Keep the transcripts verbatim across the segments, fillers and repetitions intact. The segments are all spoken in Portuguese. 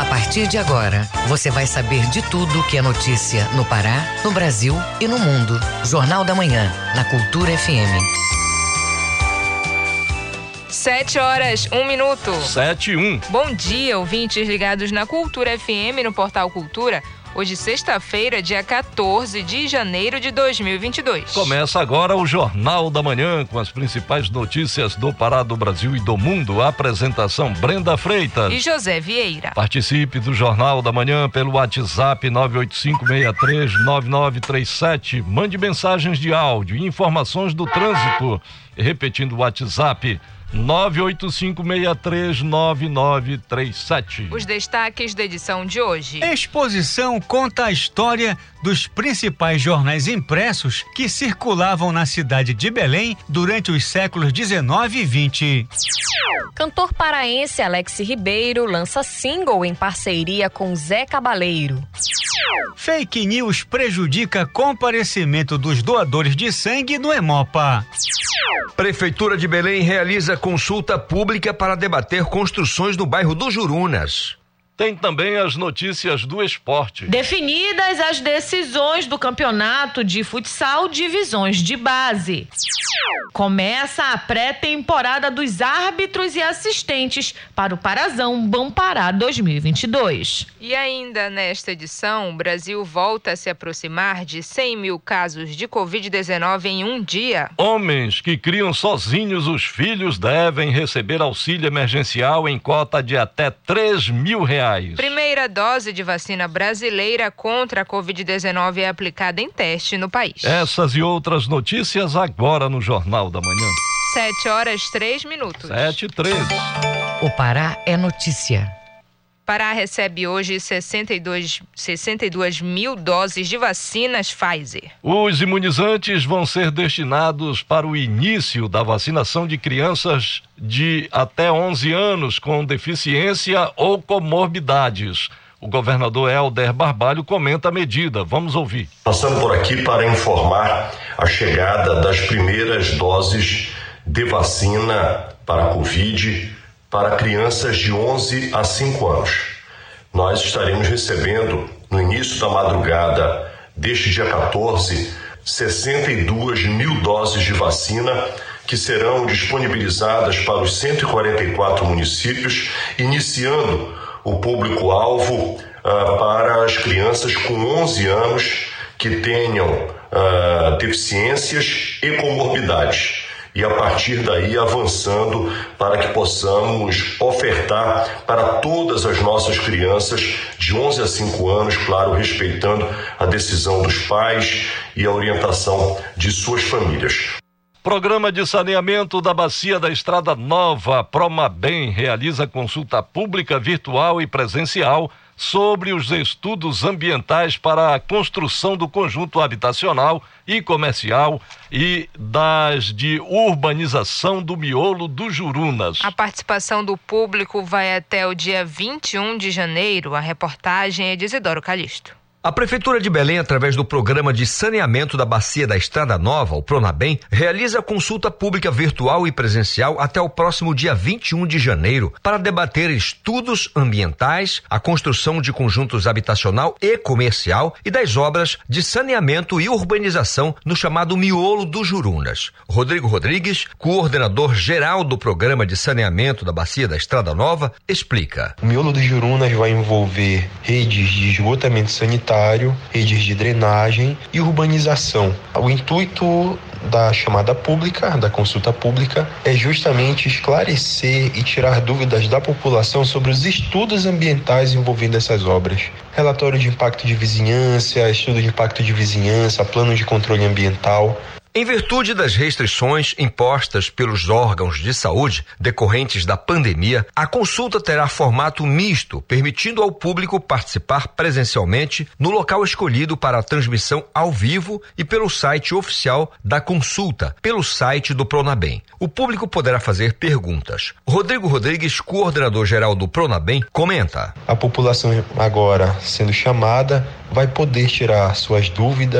partir de agora, você vai saber de tudo que é notícia no Pará, no Brasil e no mundo. Jornal da Manhã, na Cultura F M. Sete horas, um minuto. Sete e um. Bom dia, ouvintes ligados na Cultura F M, no Portal Cultura. Hoje, sexta-feira, dia quatorze de janeiro de dois mil e vinte e dois. Começa agora o Jornal da Manhã com as principais notícias do Pará, do Brasil e do mundo. A apresentação Brenda Freitas e José Vieira. Participe do Jornal da Manhã pelo WhatsApp nove oito cinco seis três nove nove três sete. Mande mensagens de áudio e informações do trânsito. Repetindo o WhatsApp nove oito cinco seis três nove nove três sete. Os destaques da edição de hoje. Exposição conta a história dos principais jornais impressos que circulavam na cidade de Belém durante os séculos dezenove e vinte. Cantor paraense Alex Ribeiro lança single em parceria com Zé Cabaleiro. Fake news prejudica comparecimento dos doadores de sangue no Hemopa. Prefeitura de Belém realiza consulta pública para debater construções no bairro do Jurunas. Tem também as notícias do esporte. Definidas as decisões do campeonato de futsal divisões de base. Começa a pré-temporada dos árbitros e assistentes para o Parazão Bom Pará dois mil e vinte e dois. E ainda nesta edição, o Brasil volta a se aproximar de cem mil casos de covid dezenove em um dia. Homens que criam sozinhos os filhos devem receber auxílio emergencial em cota de até três mil reais. Primeira dose de vacina brasileira contra a covid dezenove é aplicada em teste no país. Essas e outras notícias agora no Jornal da Manhã. Sete horas, três minutos. Sete e três. O Pará é notícia. Pará recebe hoje sessenta e dois, sessenta e duas mil doses de vacinas Pfizer. Os imunizantes vão ser destinados para o início da vacinação de crianças de até onze anos com deficiência ou comorbidades. O governador Helder Barbalho comenta a medida. Vamos ouvir. Passando por aqui para informar a chegada das primeiras doses de vacina para a Covid para crianças de onze a cinco anos. Nós estaremos recebendo, no início da madrugada deste dia quatorze, sessenta e duas mil doses de vacina que serão disponibilizadas para os cento e quarenta e quatro municípios, iniciando o público-alvo ah, para as crianças com onze anos que tenham ah, deficiências e comorbidades. E a partir daí avançando para que possamos ofertar para todas as nossas crianças de onze a cinco anos, claro, respeitando a decisão dos pais e a orientação de suas famílias. Programa de saneamento da Bacia da Estrada Nova, Promabem, realiza consulta pública virtual e presencial sobre os estudos ambientais para a construção do conjunto habitacional e comercial e das de urbanização do miolo do Jurunas. A participação do público vai até o dia vinte e um de janeiro. A reportagem é de Isidoro Calixto. A Prefeitura de Belém, através do Programa de Saneamento da Bacia da Estrada Nova, o Pronabem, realiza consulta pública virtual e presencial até o próximo dia vinte e um de janeiro para debater estudos ambientais, a construção de conjuntos habitacional e comercial e das obras de saneamento e urbanização no chamado miolo do Jurunas. Rodrigo Rodrigues, coordenador geral do Programa de Saneamento da Bacia da Estrada Nova, explica. O miolo do Jurunas vai envolver redes de esgotamento sanitário, redes de drenagem e urbanização. O intuito da chamada pública, da consulta pública, é justamente esclarecer e tirar dúvidas da população sobre os estudos ambientais envolvendo essas obras. Relatório de impacto de vizinhança, estudo de impacto de vizinhança, plano de controle ambiental. Em virtude das restrições impostas pelos órgãos de saúde decorrentes da pandemia, a consulta terá formato misto, permitindo ao público participar presencialmente no local escolhido para a transmissão ao vivo e pelo site oficial da consulta, pelo site do Pronabem. O público poderá fazer perguntas. Rodrigo Rodrigues, coordenador-geral do Pronabem, comenta. A população agora sendo chamada vai poder tirar suas dúvidas,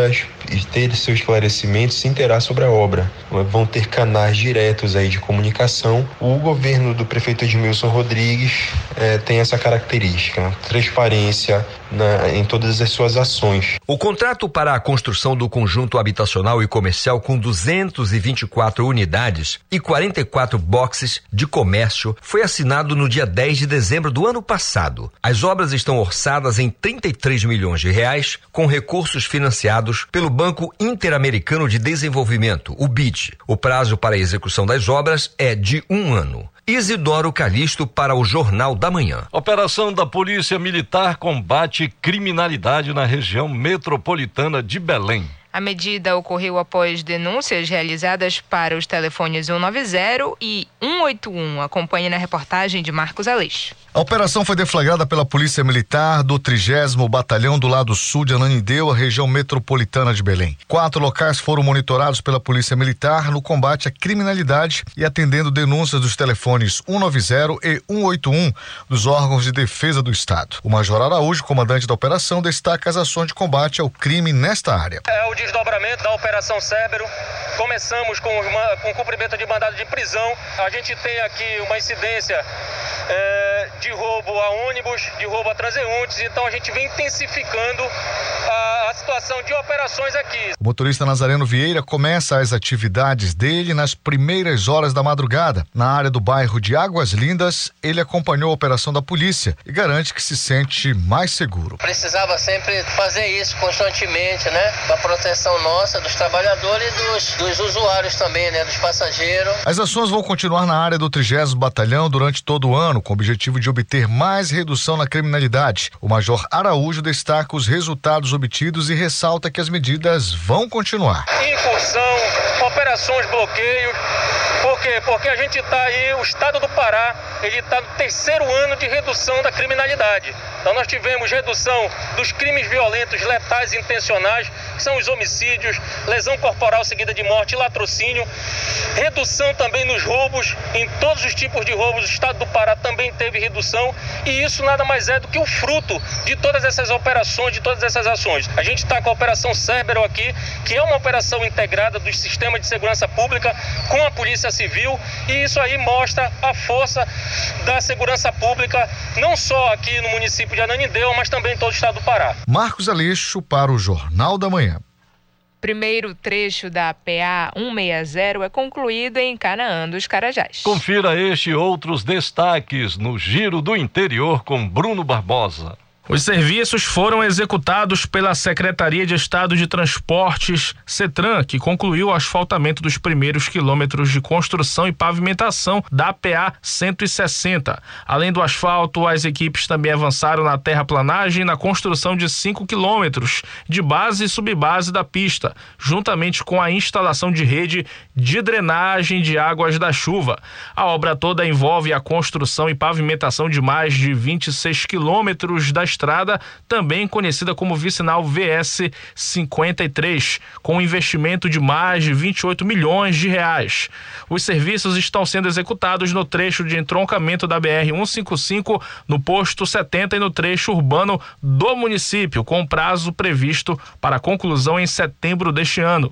ter seu esclarecimento, se inteirar sobre a obra. Vão ter canais diretos aí de comunicação. O governo do prefeito Edmilson Rodrigues eh, tem essa característica, transparência na, em todas as suas ações. O contrato para a construção do conjunto habitacional e comercial com duzentas e vinte e quatro unidades e quarenta e quatro boxes de comércio foi assinado no dia dez de dezembro do ano passado. As obras estão orçadas em trinta e três milhões de reais, com recursos financiados pelo Banco Interamericano de Desenvolvimento, o B I D. O prazo para a execução das obras é de um ano. Isidoro Calixto para o Jornal da Manhã. Operação da Polícia Militar combate criminalidade na região metropolitana de Belém. A medida ocorreu após denúncias realizadas para os telefones cento e noventa e cento e oitenta e um. Acompanhe na reportagem de Marcos Aleixo. A operação foi deflagrada pela Polícia Militar do trigésimo Batalhão do Lado Sul de Ananindeua, região metropolitana de Belém. Quatro locais foram monitorados pela Polícia Militar no combate à criminalidade e atendendo denúncias dos telefones cento e noventa e cento e oitenta e um dos órgãos de defesa do Estado. O Major Araújo, comandante da operação, destaca as ações de combate ao crime nesta área. É o desdobramento da Operação Cérbero. Começamos com, uma, com cumprimento de mandado de prisão. A gente tem aqui uma incidência é, de roubo a ônibus, de roubo a transeuntes, então a gente vem intensificando a, a situação de operações aqui. O motorista Nazareno Vieira começa as atividades dele nas primeiras horas da madrugada. Na área do bairro de Águas Lindas, ele acompanhou a operação da polícia e garante que se sente mais seguro. Precisava sempre fazer isso constantemente, né? Para a proteção nossa, dos trabalhadores e dos, dos usuários também, né? Dos passageiros. As ações vão continuar na área do trigésimo Batalhão durante todo o ano, com o objetivo de obter mais redução na criminalidade. O Major Araújo destaca os resultados obtidos e ressalta que as medidas vão continuar. Incursão, operações, bloqueios. Por quê? Porque a gente está aí, o estado do Pará, ele está no terceiro ano de redução da criminalidade. Então nós tivemos redução dos crimes violentos, letais e intencionais, que são os homicídios, lesão corporal seguida de morte e latrocínio. Redução também nos roubos, em todos os tipos de roubos, o estado do Pará também teve redução. E isso nada mais é do que o fruto de todas essas operações, de todas essas ações. A gente está com a Operação Cérbero aqui, que é uma operação integrada do Sistema de Segurança Pública com a Polícia Civil, e isso aí mostra a força da segurança pública, não só aqui no município de Ananindeua, mas também em todo o estado do Pará. Marcos Aleixo para o Jornal da Manhã. Primeiro trecho da P A cento e sessenta é concluído em Canaã dos Carajás. Confira este e outros destaques no Giro do Interior com Bruno Barbosa. Os serviços foram executados pela Secretaria de Estado de Transportes, CETRAN, que concluiu o asfaltamento dos primeiros quilômetros de construção e pavimentação da P A cento e sessenta. Além do asfalto, as equipes também avançaram na terraplanagem e na construção de cinco quilômetros de base e subbase da pista, juntamente com a instalação de rede de drenagem de águas da chuva. A obra toda envolve a construção e pavimentação de mais de vinte e seis quilômetros da estrada, também conhecida como vicinal V S cinquenta e três, com um investimento de mais de vinte e oito milhões de reais. Os serviços estão sendo executados no trecho de entroncamento da B R cento e cinquenta e cinco, no posto setenta e no trecho urbano do município, com prazo previsto para conclusão em setembro deste ano.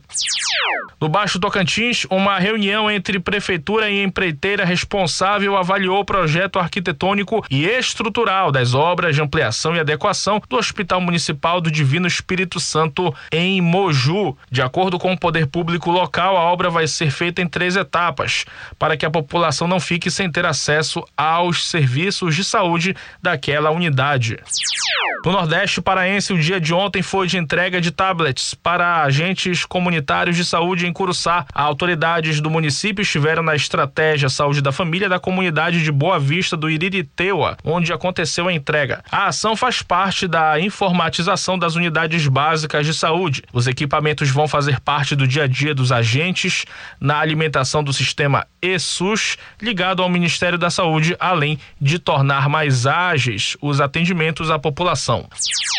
No Baixo Tocantins, uma reunião entre prefeitura e empreiteira responsável avaliou o projeto arquitetônico e estrutural das obras de ampliação e adequação do Hospital Municipal do Divino Espírito Santo em Moju. De acordo com o poder público local, a obra vai ser feita em três etapas, para que a população não fique sem ter acesso aos serviços de saúde daquela unidade. No Nordeste paraense, o dia de ontem foi de entrega de tablets para agentes comunitários de saúde em Curuçá. Autoridades do município estiveram na estratégia Saúde da Família da comunidade de Boa Vista do Iririteua, onde aconteceu a entrega. A ação faz parte da informatização das unidades básicas de saúde. Os equipamentos vão fazer parte do dia a dia dos agentes na alimentação do sistema eSUS, ligado ao Ministério da Saúde, além de tornar mais ágeis os atendimentos à população.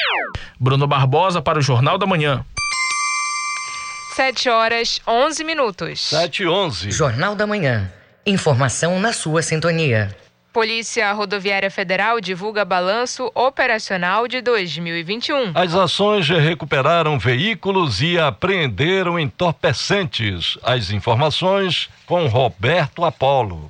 Bruno Barbosa para o Jornal da Manhã. Sete horas, onze minutos. Sete e onze. Jornal da Manhã. Informação na sua sintonia. Polícia Rodoviária Federal divulga balanço operacional de dois mil e vinte e um. As ações recuperaram veículos e apreenderam entorpecentes. As informações com Roberto Apolo.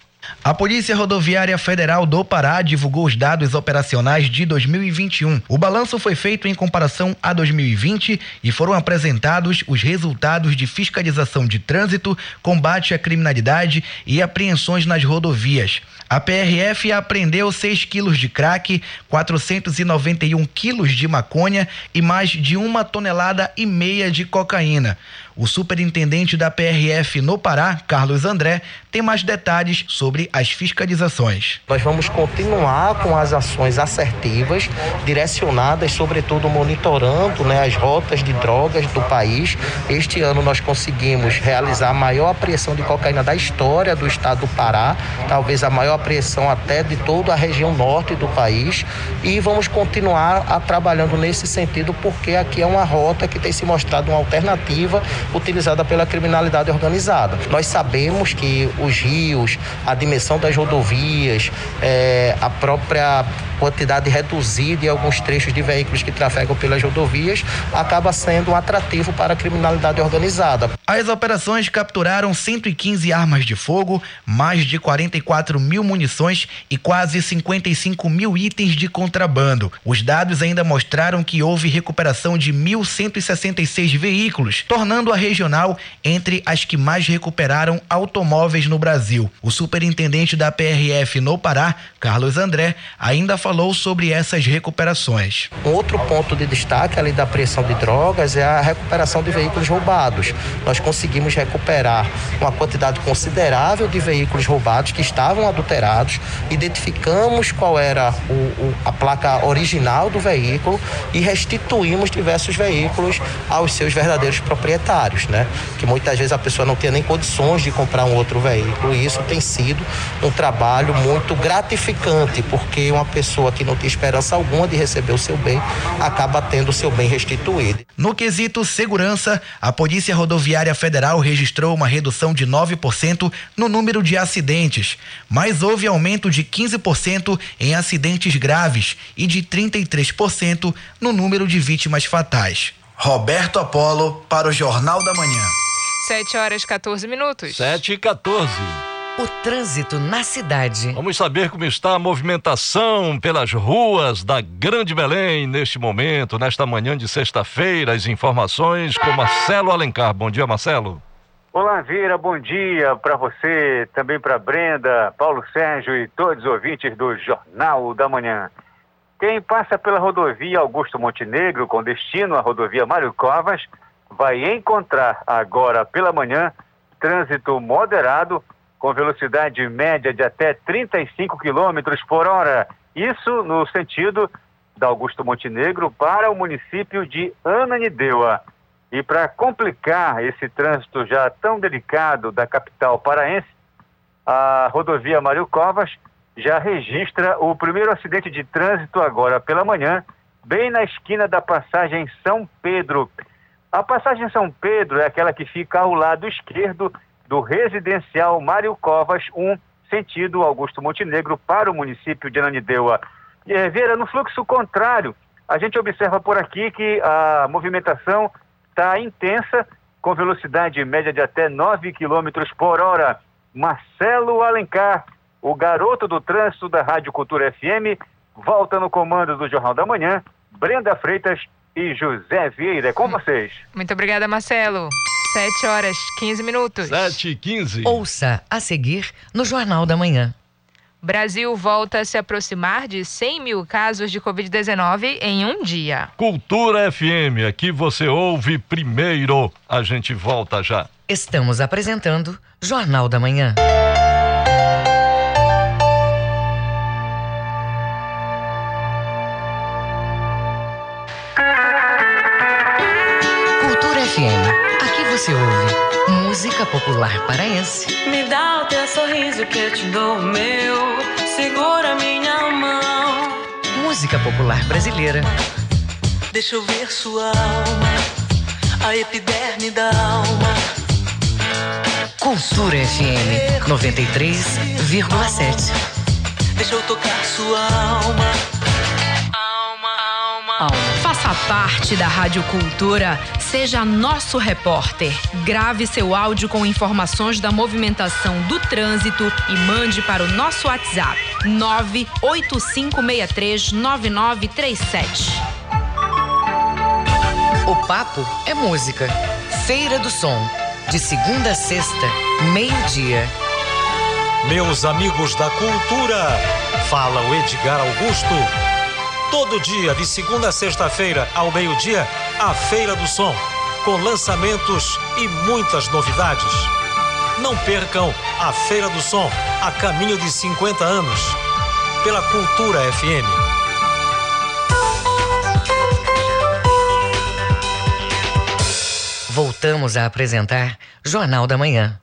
A Polícia Rodoviária Federal do Pará divulgou os dados operacionais de dois mil e vinte e um. O balanço foi feito em comparação a dois mil e vinte e foram apresentados os resultados de fiscalização de trânsito, combate à criminalidade e apreensões nas rodovias. A P R F apreendeu seis quilos de crack, quatrocentos e noventa e um quilos de maconha e mais de uma tonelada e meia de cocaína. O superintendente da P R F no Pará, Carlos André, tem mais detalhes sobre as fiscalizações. Nós vamos continuar com as ações assertivas, direcionadas, sobretudo monitorando, né, as rotas de drogas do país. Este ano nós conseguimos realizar a maior apreensão de cocaína da história do estado do Pará, talvez a maior apreensão até de toda a região norte do país, e vamos continuar a, trabalhando nesse sentido, porque aqui é uma rota que tem se mostrado uma alternativa utilizada pela criminalidade organizada. Nós sabemos que os rios, a dimensão das rodovias, é, a própria quantidade reduzida em alguns trechos de veículos que trafegam pelas rodovias acaba sendo um atrativo para a criminalidade organizada. As operações capturaram cento e quinze armas de fogo, mais de quarenta e quatro mil munições e quase cinquenta e cinco mil itens de contrabando. Os dados ainda mostraram que houve recuperação de mil cento e sessenta e seis veículos, tornando a regional entre as que mais recuperaram automóveis no Brasil. O superintendente da P R F no Pará, Carlos André, ainda falou sobre essas recuperações. Um outro ponto de destaque, além da apreensão de drogas, é a recuperação de veículos roubados. Nós conseguimos recuperar uma quantidade considerável de veículos roubados que estavam adulterados, identificamos qual era o, o, a placa original do veículo e restituímos diversos veículos aos seus verdadeiros proprietários, né? Que muitas vezes a pessoa não tinha nem condições de comprar um outro veículo, e isso tem sido um trabalho muito gratificante, porque uma pessoa que não tem esperança alguma de receber o seu bem acaba tendo o seu bem restituído. No quesito segurança, a Polícia Rodoviária Federal registrou uma redução de nove por cento no número de acidentes, mas houve aumento de quinze por cento em acidentes graves e de trinta e três por cento no número de vítimas fatais. Roberto Apolo para o Jornal da Manhã. sete horas e quatorze minutos. sete e quatorze. O trânsito na cidade. Vamos saber como está a movimentação pelas ruas da Grande Belém neste momento, nesta manhã de sexta-feira. As informações com Marcelo Alencar. Bom dia, Marcelo. Olá, Vira, bom dia para você, também para Brenda, Paulo Sérgio e todos os ouvintes do Jornal da Manhã. Quem passa pela rodovia Augusto Montenegro com destino à rodovia Mário Covas vai encontrar agora pela manhã trânsito moderado com velocidade média de até trinta e cinco quilômetros por hora. Isso no sentido da Augusto Montenegro para o município de Ananindeua. E para complicar esse trânsito já tão delicado da capital paraense, a rodovia Mário Covas já registra o primeiro acidente de trânsito agora pela manhã, bem na esquina da passagem São Pedro. A passagem São Pedro é aquela que fica ao lado esquerdo do residencial Mário Covas um, sentido Augusto Montenegro para o município de Ananindeua. E, é, Vera, no fluxo contrário, a gente observa por aqui que a movimentação está intensa, com velocidade média de até nove quilômetros por hora. Marcelo Alencar, o garoto do trânsito da Rádio Cultura F M, volta no comando do Jornal da Manhã. Brenda Freitas e José Vieira, é com vocês. Muito obrigada, Marcelo. sete horas, quinze minutos. sete e quinze. Ouça a seguir no Jornal da Manhã. Brasil volta a se aproximar de cem mil casos de covid dezenove em um dia. Cultura F M, aqui você ouve primeiro. A gente volta já. Estamos apresentando Jornal da Manhã. Cultura F M, aqui você ouve música popular paraense. Me dá o teu sorriso que eu te dou o meu, segura minha mão. Música popular brasileira. Deixa eu ver sua alma, a epiderme da alma. Cultura F M noventa e três vírgula sete. deixa eu tocar sua alma. Alma, alma, alma. Faça parte da Rádio Cultura, seja nosso repórter. Grave seu áudio com informações da movimentação do trânsito e mande para o nosso WhatsApp nove oito cinco seis três nove nove três sete. O papo é música. Feira do Som, de segunda a sexta, meio-dia. Meus amigos da cultura, fala o Edgar Augusto. Todo dia, de segunda a sexta-feira, ao meio-dia, a Feira do Som, com lançamentos e muitas novidades. Não percam a Feira do Som, a caminho de cinquenta anos, pela Cultura F M. Voltamos a apresentar Jornal da Manhã.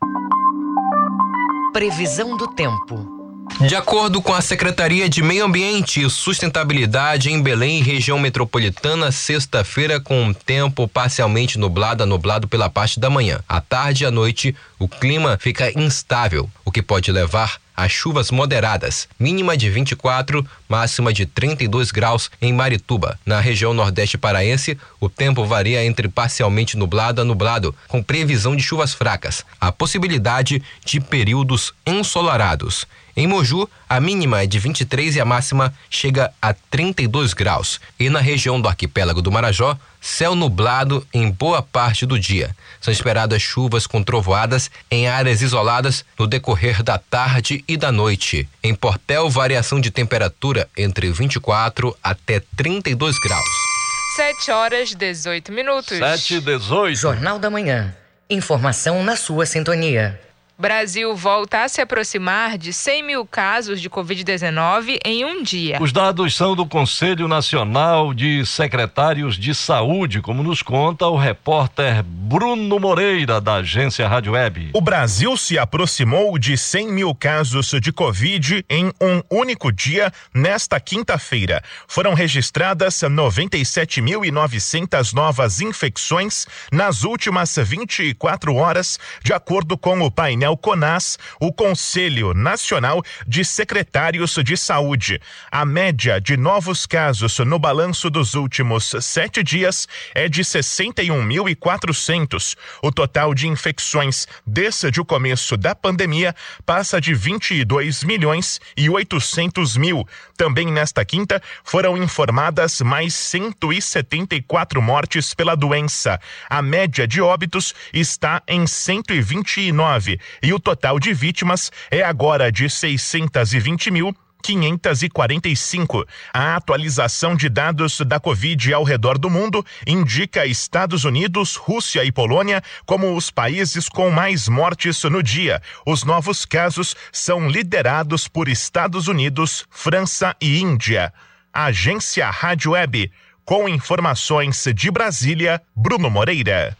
Previsão do tempo. De acordo com a Secretaria de Meio Ambiente e Sustentabilidade em Belém e região metropolitana, sexta-feira com um tempo parcialmente nublado a nublado pela parte da manhã. À tarde e à noite, o clima fica instável, o que pode levar a chuvas moderadas, mínima de vinte e quatro, máxima de trinta e dois graus em Marituba. Na região nordeste paraense, o tempo varia entre parcialmente nublado a nublado, com previsão de chuvas fracas. A possibilidade de períodos ensolarados. Em Moju, a mínima é de vinte e três e a máxima chega a trinta e dois graus. E na região do arquipélago do Marajó, céu nublado em boa parte do dia. São esperadas chuvas com trovoadas em áreas isoladas no decorrer da tarde e da noite. Em Portel, variação de temperatura entre vinte e quatro até trinta e dois graus. sete horas e dezoito minutos. sete e dezoito. Jornal da Manhã. Informação na sua sintonia. Brasil volta a se aproximar de cem mil casos de covid dezenove em um dia. Os dados são do Conselho Nacional de Secretários de Saúde, como nos conta o repórter Bruno Moreira, da agência Rádio Web. O Brasil se aproximou de cem mil casos de Covid em um único dia nesta quinta-feira. Foram registradas noventa e sete mil e novecentas novas infecções nas últimas vinte e quatro horas, de acordo com o painel CONAS, o Conselho Nacional de Secretários de Saúde. A média de novos casos no balanço dos últimos sete dias é de sessenta e um mil e quatrocentos. O total de infecções desde o começo da pandemia passa de vinte e dois milhões e oitocentos mil. Também nesta quinta foram informadas mais cento e setenta e quatro mortes pela doença. A média de óbitos está em cento e vinte e nove. E o total de vítimas é agora de seiscentos e vinte mil quinhentos e quarenta e cinco. A atualização de dados da Covid ao redor do mundo indica Estados Unidos, Rússia e Polônia como os países com mais mortes no dia. Os novos casos são liderados por Estados Unidos, França e Índia. Agência Rádio Web, com informações de Brasília, Bruno Moreira.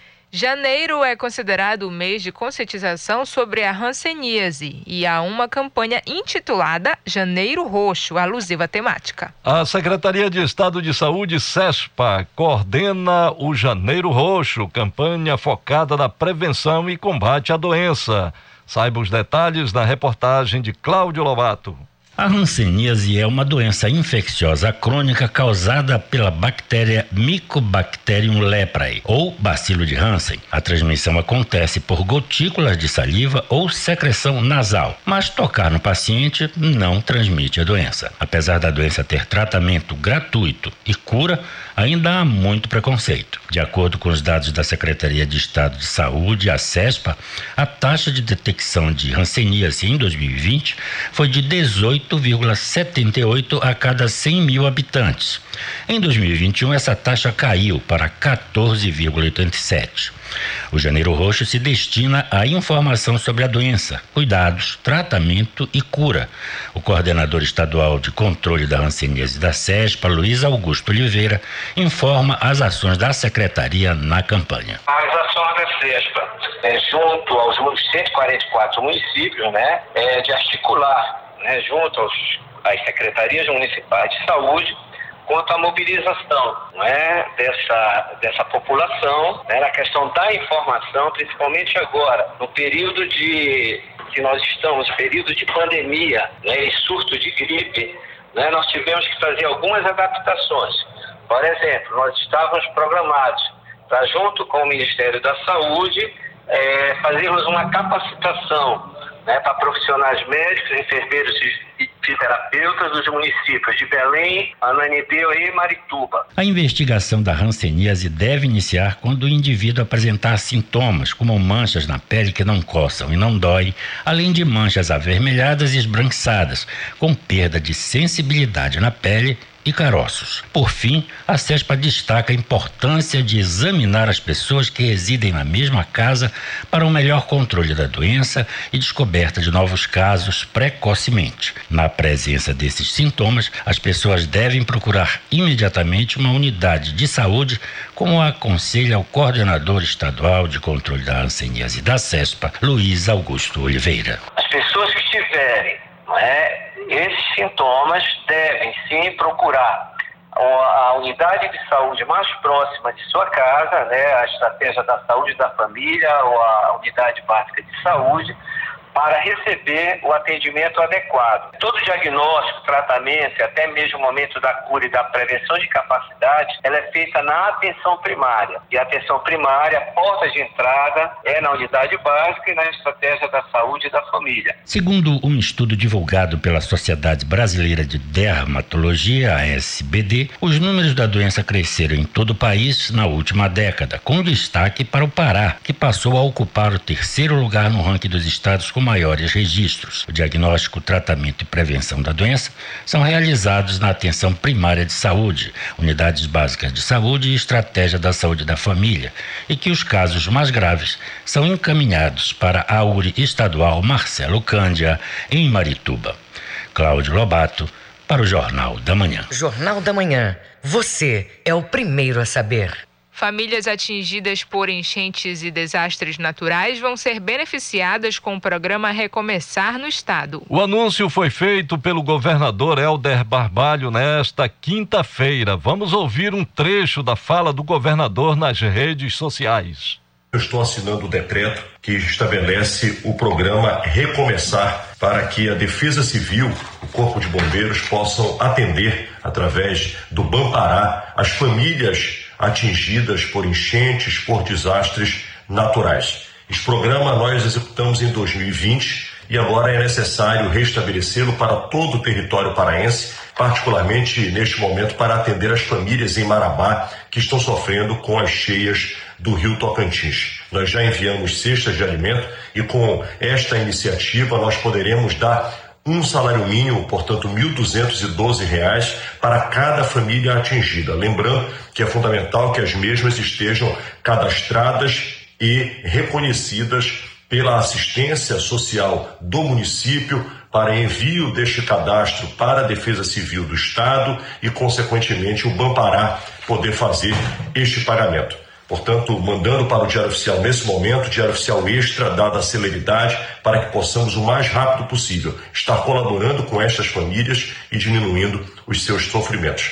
Janeiro é considerado o mês de conscientização sobre a hanseníase e há uma campanha intitulada Janeiro Roxo, alusiva à temática. A Secretaria de Estado de Saúde, SESPA, coordena o Janeiro Roxo, campanha focada na prevenção e combate à doença. Saiba os detalhes na reportagem de Cláudio Lobato. A hanseníase é uma doença infecciosa crônica causada pela bactéria Mycobacterium leprae, ou bacilo de Hansen. A transmissão acontece por gotículas de saliva ou secreção nasal, mas tocar no paciente não transmite a doença. Apesar da doença ter tratamento gratuito e cura, ainda há muito preconceito. De acordo com os dados da Secretaria de Estado de Saúde, a SESPA, a taxa de detecção de hanseníase em dois mil e vinte foi de dezoito vírgula setenta e oito a cada cem mil habitantes. Em dois mil e vinte e um, essa taxa caiu para quatorze vírgula oitenta e sete. O Janeiro Roxo se destina à informação sobre a doença, cuidados, tratamento e cura. O coordenador estadual de controle da hanseníase da SESPA, Luiz Augusto Oliveira, informa as ações da Secretaria na campanha. As ações da SESPA, é, junto aos cento e quarenta e quatro municípios, né, é, de articular, né, junto aos, às secretarias municipais de saúde, quanto à mobilização, né, dessa, dessa população, né, na questão da informação, principalmente agora, no período de se nós estamos em período de pandemia, né, e surto de gripe, né, nós tivemos que fazer algumas adaptações. Por exemplo, nós estávamos programados para, junto com o Ministério da Saúde, é, fazermos uma capacitação, né, para profissionais médicos, enfermeiros e fisioterapeutas dos municípios de Belém, Ananindeua e Marituba. A investigação da hanseníase deve iniciar quando o indivíduo apresentar sintomas, como manchas na pele que não coçam e não doem, além de manchas avermelhadas e esbranquiçadas, com perda de sensibilidade na pele e caroços. Por fim, a CESPA destaca a importância de examinar as pessoas que residem na mesma casa para um melhor controle da doença e descoberta de novos casos precocemente. Na presença desses sintomas, as pessoas devem procurar imediatamente uma unidade de saúde, como aconselha o coordenador estadual de controle da hanseníase da CESPA, Luiz Augusto Oliveira. As pessoas que tiverem, não é, esses sintomas devem sim procurar a unidade de saúde mais próxima de sua casa, né, a estratégia da saúde da família ou a unidade básica de saúde, para receber o atendimento adequado. Todo diagnóstico, tratamento e até mesmo o momento da cura e da prevenção de capacidade, ela é feita na atenção primária. E a atenção primária, a porta de entrada, é na unidade básica e na estratégia da saúde e da família. Segundo um estudo divulgado pela Sociedade Brasileira de Dermatologia, a S B D, os números da doença cresceram em todo o país na última década, com destaque para o Pará, que passou a ocupar o terceiro lugar no ranking dos estados com maiores registros. O diagnóstico, tratamento e prevenção da doença são realizados na atenção primária de saúde, unidades básicas de saúde e estratégia da saúde da família, e que os casos mais graves são encaminhados para a U R I estadual Marcelo Cândia, em Marituba. Cláudio Lobato, para o Jornal da Manhã. Jornal da Manhã. Você é o primeiro a saber. Famílias atingidas por enchentes e desastres naturais vão ser beneficiadas com o programa Recomeçar no Estado. O anúncio foi feito pelo governador Helder Barbalho nesta quinta-feira. Vamos ouvir um trecho da fala do governador nas redes sociais. Eu estou assinando o decreto que estabelece o programa Recomeçar para que a Defesa Civil, o Corpo de Bombeiros possam atender, através do Bampará, as famílias atingidas por enchentes, por desastres naturais. Esse programa nós executamos em dois mil e vinte e agora é necessário restabelecê-lo para todo o território paraense, particularmente neste momento para atender as famílias em Marabá que estão sofrendo com as cheias do Rio Tocantins. Nós já enviamos cestas de alimento e com esta iniciativa nós poderemos dar um salário mínimo, portanto mil duzentos e doze reais para cada família atingida. Lembrando que é fundamental que as mesmas estejam cadastradas e reconhecidas pela assistência social do município para envio deste cadastro para a Defesa Civil do Estado e, consequentemente, o Bampará poder fazer este pagamento. Portanto, mandando para o Diário Oficial nesse momento, Diário Oficial Extra, dada a celeridade, para que possamos o mais rápido possível estar colaborando com estas famílias e diminuindo os seus sofrimentos.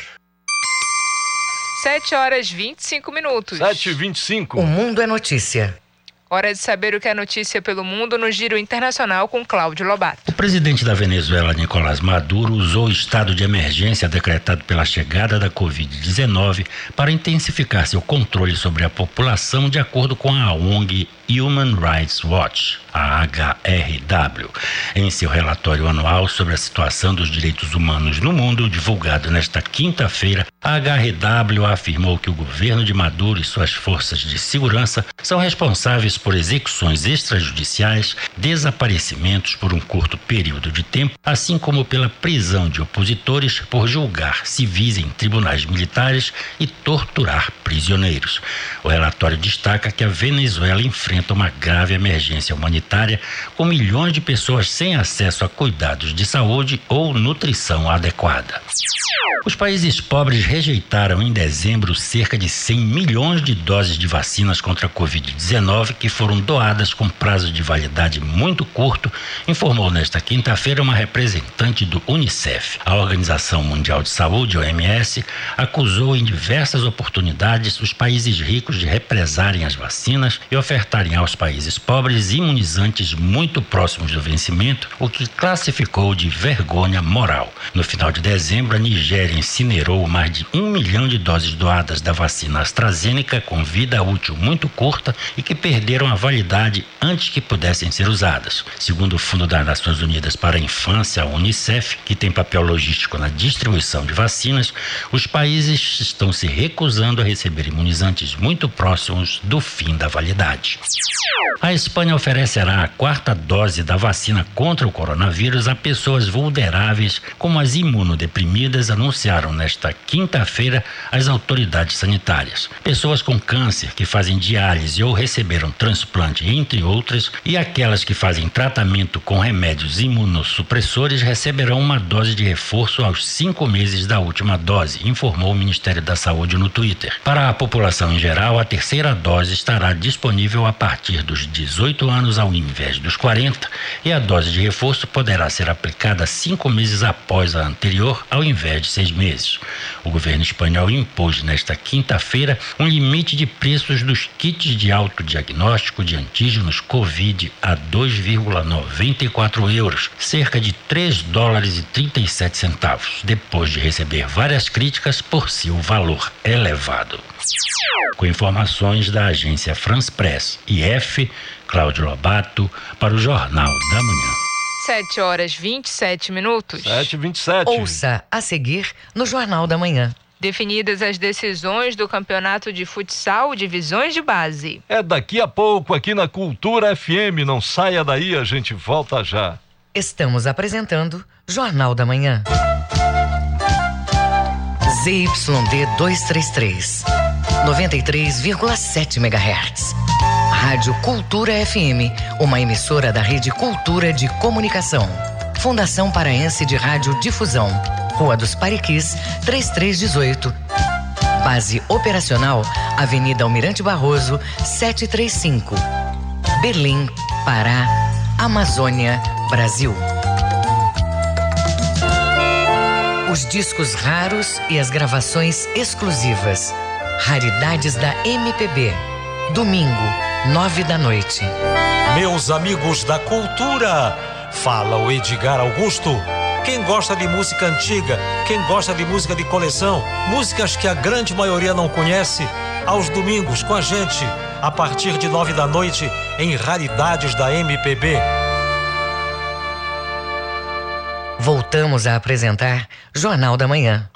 sete horas e vinte e cinco minutos. sete e vinte e cinco. O Mundo é Notícia. Hora de saber o que é notícia pelo mundo no Giro Internacional com Cláudio Lobato. O presidente da Venezuela, Nicolás Maduro, usou o estado de emergência decretado pela chegada da covid dezenove para intensificar seu controle sobre a população, de acordo com a O N G Human Rights Watch, a H R W. Em seu relatório anual sobre a situação dos direitos humanos no mundo, divulgado nesta quinta-feira, a H R W afirmou que o governo de Maduro e suas forças de segurança são responsáveis por execuções extrajudiciais, desaparecimentos por um curto período de tempo, assim como pela prisão de opositores por julgar civis em tribunais militares e torturar prisioneiros. O relatório destaca que a Venezuela enfrenta uma grave emergência humanitária, com milhões de pessoas sem acesso a cuidados de saúde ou nutrição adequada. Os países pobres rejeitaram em dezembro cerca de cem milhões de doses de vacinas contra a covid dezenove que foram doadas com prazo de validade muito curto, informou nesta quinta-feira uma representante do Unicef. A Organização Mundial de Saúde, O M S, acusou em diversas oportunidades os países ricos de represarem as vacinas e ofertarem aos países pobres imunizantes muito próximos do vencimento, o que classificou de vergonha moral. No final de dezembro, a Nigéria incinerou mais de um milhão de doses doadas da vacina AstraZeneca com vida útil muito curta e que perderam a validade antes que pudessem ser usadas. Segundo o Fundo das Nações Unidas para a Infância, a Unicef, que tem papel logístico na distribuição de vacinas, os países estão se recusando a receber imunizantes muito próximos do fim da validade. A Espanha oferecerá a quarta dose da vacina contra o coronavírus a pessoas vulneráveis, como as imunodeprimidas, anunciaram nesta quinta-feira as autoridades sanitárias. Pessoas com câncer que fazem diálise ou receberam transplante, entre outras, e aquelas que fazem tratamento com remédios imunossupressores receberão uma dose de reforço aos cinco meses da última dose, informou o Ministério da Saúde no Twitter. Para a população em geral, a terceira dose estará disponível a partir dos dezoito anos ao invés dos quarenta, e a dose de reforço poderá ser aplicada cinco meses após a anterior, ao invés de seis meses. O governo espanhol impôs nesta quinta-feira um limite de preços dos kits de autodiagnóstico de antígenos Covid a dois vírgula noventa e quatro euros, cerca de três dólares e trinta e sete centavos, depois de receber várias críticas por seu valor elevado. Com informações da agência France Press e F, Cláudio Lobato, para o Jornal da Manhã. sete horas e vinte e sete minutos. sete e vinte e sete. Ouça a seguir no Jornal da Manhã. Definidas as decisões do Campeonato de Futsal Divisões de Base. É daqui a pouco aqui na Cultura F M. Não saia daí, a gente volta já. Estamos apresentando Jornal da Manhã. Z Y D duzentos e trinta e três, noventa e três vírgula sete megahertz. Rádio Cultura F M, uma emissora da Rede Cultura de Comunicação. Fundação Paraense de Rádio Difusão. Rua dos Pariquis, trinta e três dezoito. Base operacional, Avenida Almirante Barroso, setecentos e trinta e cinco. Berlim, Pará, Amazônia, Brasil. Os discos raros e as gravações exclusivas. Raridades da M P B. Domingo, nove da noite. Meus amigos da cultura, fala o Edgar Augusto. Quem gosta de música antiga, quem gosta de música de coleção, músicas que a grande maioria não conhece, aos domingos com a gente, a partir de nove da noite, em Raridades da M P B. Voltamos a apresentar Jornal da Manhã.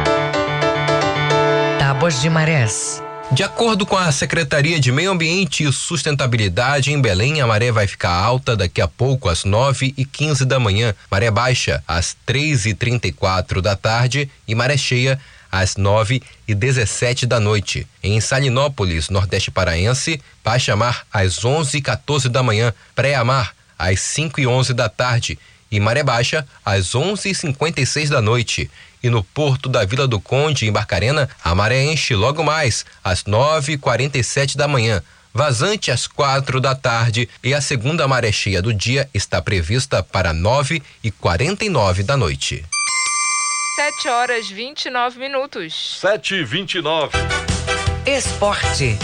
Tábuas de marés. De acordo com a Secretaria de Meio Ambiente e Sustentabilidade, em Belém, a maré vai ficar alta daqui a pouco às nove e quinze da manhã, maré baixa às três e trinta e quatro da tarde e maré cheia às nove e dezessete da noite. Em Salinópolis, Nordeste Paraense, baixa mar às onze e quatorze da manhã, pré-mar às cinco e onze da tarde e maré baixa às onze e cinquenta e seis da noite. E no porto da Vila do Conde, em Barcarena, a maré enche logo mais, às nove e quarenta e sete da manhã, vazante às quatro da tarde, e a segunda maré cheia do dia está prevista para nove e quarenta e nove da noite. sete horas e vinte e nove minutos. sete e vinte e nove. Esporte.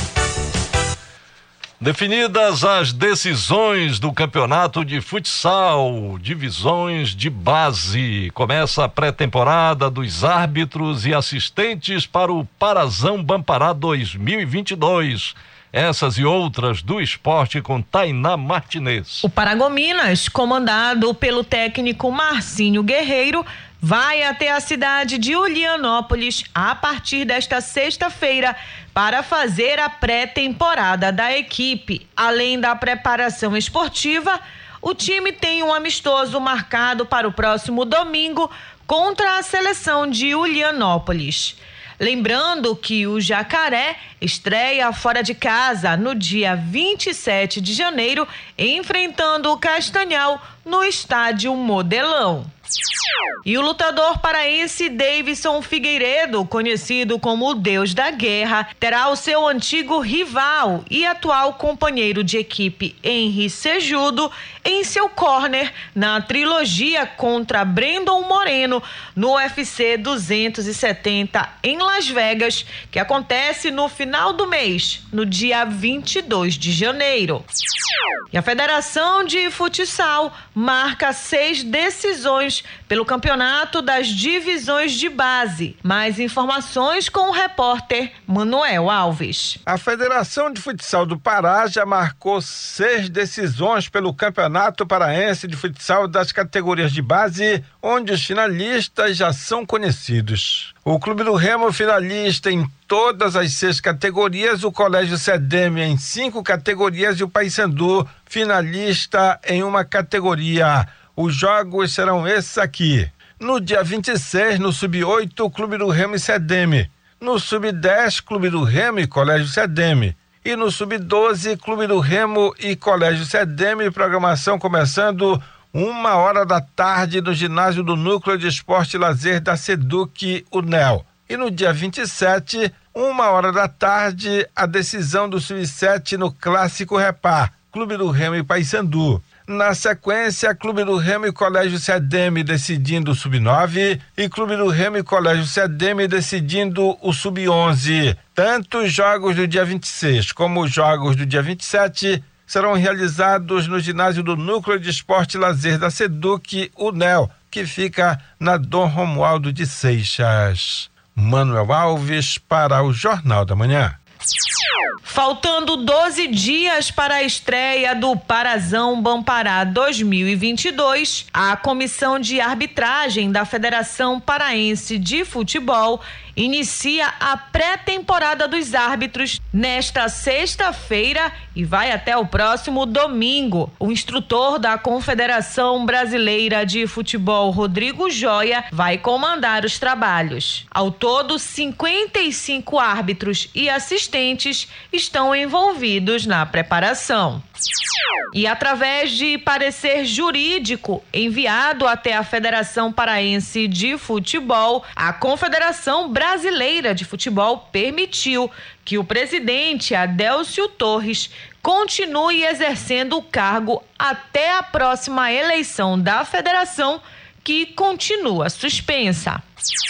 Definidas as decisões do Campeonato de Futsal, divisões de base. Começa a pré-temporada dos árbitros e assistentes para o Parazão Bampará dois mil e vinte e dois. Essas e outras do esporte com Tainá Martinez. O Paragominas, comandado pelo técnico Marcinho Guerreiro, vai até a cidade de Ulianópolis a partir desta sexta-feira para fazer a pré-temporada da equipe. Além da preparação esportiva, o time tem um amistoso marcado para o próximo domingo contra a seleção de Ulianópolis. Lembrando que o Jacaré estreia fora de casa no dia vinte e sete de janeiro, enfrentando o Castanhal no estádio Modelão. E o lutador paraense Davidson Figueiredo, conhecido como o Deus da Guerra, terá o seu antigo rival e atual companheiro de equipe Henry Cejudo em seu corner na trilogia contra Brandon Moreno no U F C duzentos e setenta em Las Vegas, que acontece no final do mês, no dia vinte e dois de janeiro. E a Federação de Futsal marca seis decisões pelo campeonato das divisões de base. Mais informações com o repórter Manuel Alves. A Federação de Futsal do Pará já marcou seis decisões pelo Campeonato Paraense de Futsal das categorias de base, onde os finalistas já são conhecidos. O Clube do Remo finalista em todas as seis categorias, o Colégio Cedeme em cinco categorias e o Paysandu finalista em uma categoria. Os jogos serão esses aqui. No dia vinte e seis, no sub oito, Clube do Remo e Cedeme. No sub dez, Clube do Remo e Colégio Cedeme. E no sub doze, Clube do Remo e Colégio Cedeme. Programação começando uma hora da tarde no ginásio do Núcleo de Esporte e Lazer da Seduc Unel. E no dia vinte e sete, uma hora da tarde, a decisão do sub sete no Clássico Repar, Clube do Remo e Paysandu. Na sequência, Clube do Remo e Colégio Cedeme decidindo o sub nove e Clube do Remo e Colégio Cedeme decidindo o sub onze. Tanto os jogos do dia vinte e seis como os jogos do dia vinte e sete serão realizados no ginásio do Núcleo de Esporte e Lazer da Seduc Unel, que fica na Dom Romualdo de Seixas. Manuel Alves para o Jornal da Manhã. Faltando doze dias para a estreia do Parazão Bampará dois mil e vinte e dois, a Comissão de Arbitragem da Federação Paraense de Futebol inicia a pré-temporada dos árbitros nesta sexta-feira e vai até o próximo domingo. O instrutor da Confederação Brasileira de Futebol, Rodrigo Joia, vai comandar os trabalhos. Ao todo, cinquenta e cinco árbitros e assistentes estão envolvidos na preparação. E através de parecer jurídico enviado até a Federação Paraense de Futebol, a Confederação Brasileira de Futebol permitiu que o presidente Adélcio Torres continue exercendo o cargo até a próxima eleição da federação, que continua suspensa.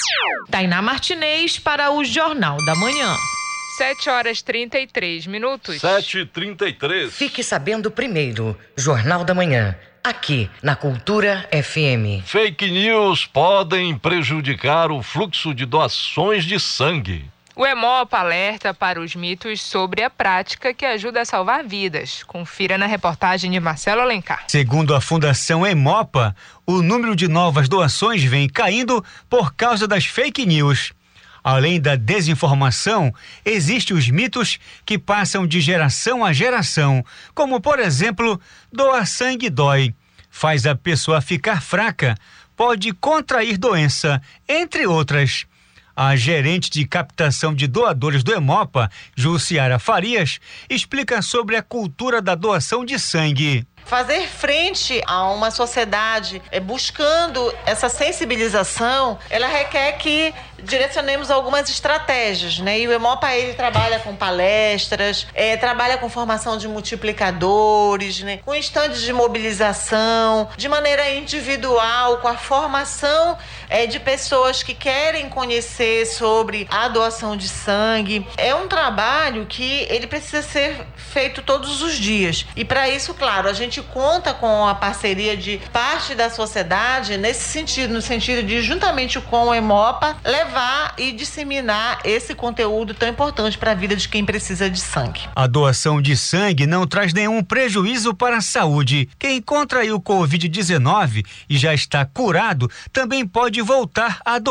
Tainá Martinez para o Jornal da Manhã. sete horas e trinta e três minutos. sete e trinta e três. Fique sabendo primeiro, Jornal da Manhã, aqui na Cultura F M. Fake news podem prejudicar o fluxo de doações de sangue. O Hemopa alerta para os mitos sobre a prática que ajuda a salvar vidas. Confira na reportagem de Marcelo Alencar. Segundo a Fundação Hemopa, o número de novas doações vem caindo por causa das fake news. Além da desinformação, existem os mitos que passam de geração a geração, como, por exemplo, doar sangue dói, faz a pessoa ficar fraca, pode contrair doença, entre outras. A gerente de captação de doadores do Hemopa, Jussiara Farias, explica sobre a cultura da doação de sangue. Fazer frente a uma sociedade é, buscando essa sensibilização, ela requer que direcionemos algumas estratégias, né? E o Hemopa, ele trabalha com palestras, é, trabalha com formação de multiplicadores, né? Com estandes de mobilização, de maneira individual, com a formação é, de pessoas que querem conhecer sobre a doação de sangue. É um trabalho que ele precisa ser feito todos os dias. E para isso, claro, a gente conta com a parceria de parte da sociedade nesse sentido, no sentido de, juntamente com o Hemopa, levar e disseminar esse conteúdo tão importante para a vida de quem precisa de sangue. A doação de sangue não traz nenhum prejuízo para a saúde. Quem contraiu covid dezenove e já está curado também pode voltar a doar.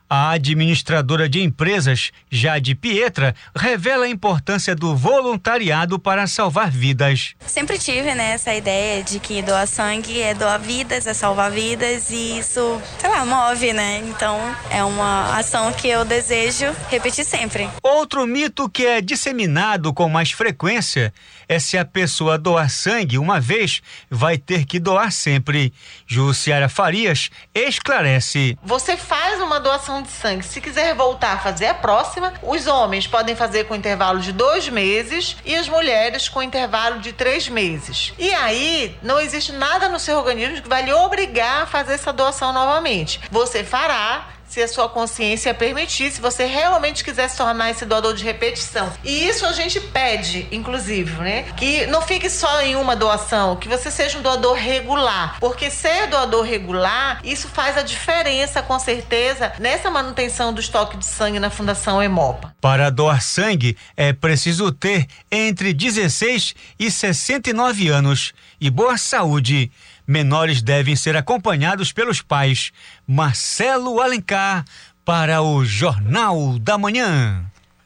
A administradora de empresas, Jade Pietra, revela a importância do voluntariado para salvar vidas. Sempre tive, né, essa ideia de que doar sangue é doar vidas, é salvar vidas e isso, sei lá, move, né? Então é uma ação que eu desejo repetir sempre. Outro mito que é disseminado com mais frequência é se a pessoa doar sangue uma vez, vai ter que doar sempre. Jussiara Farias esclarece. Você faz uma doação de sangue. Se quiser voltar a fazer a próxima, os homens podem fazer com intervalo de dois meses e as mulheres com intervalo de três meses. E aí, não existe nada no seu organismo que vai lhe obrigar a fazer essa doação novamente. Você fará se a sua consciência permitir, se você realmente quiser se tornar esse doador de repetição. E isso a gente pede, inclusive, né? Que não fique só em uma doação, que você seja um doador regular. Porque ser doador regular, isso faz a diferença, com certeza, nessa manutenção do estoque de sangue na Fundação Hemopa. Para doar sangue, é preciso ter entre dezesseis e sessenta e nove anos e boa saúde. Menores devem ser acompanhados pelos pais. Marcelo Alencar, para o Jornal da Manhã.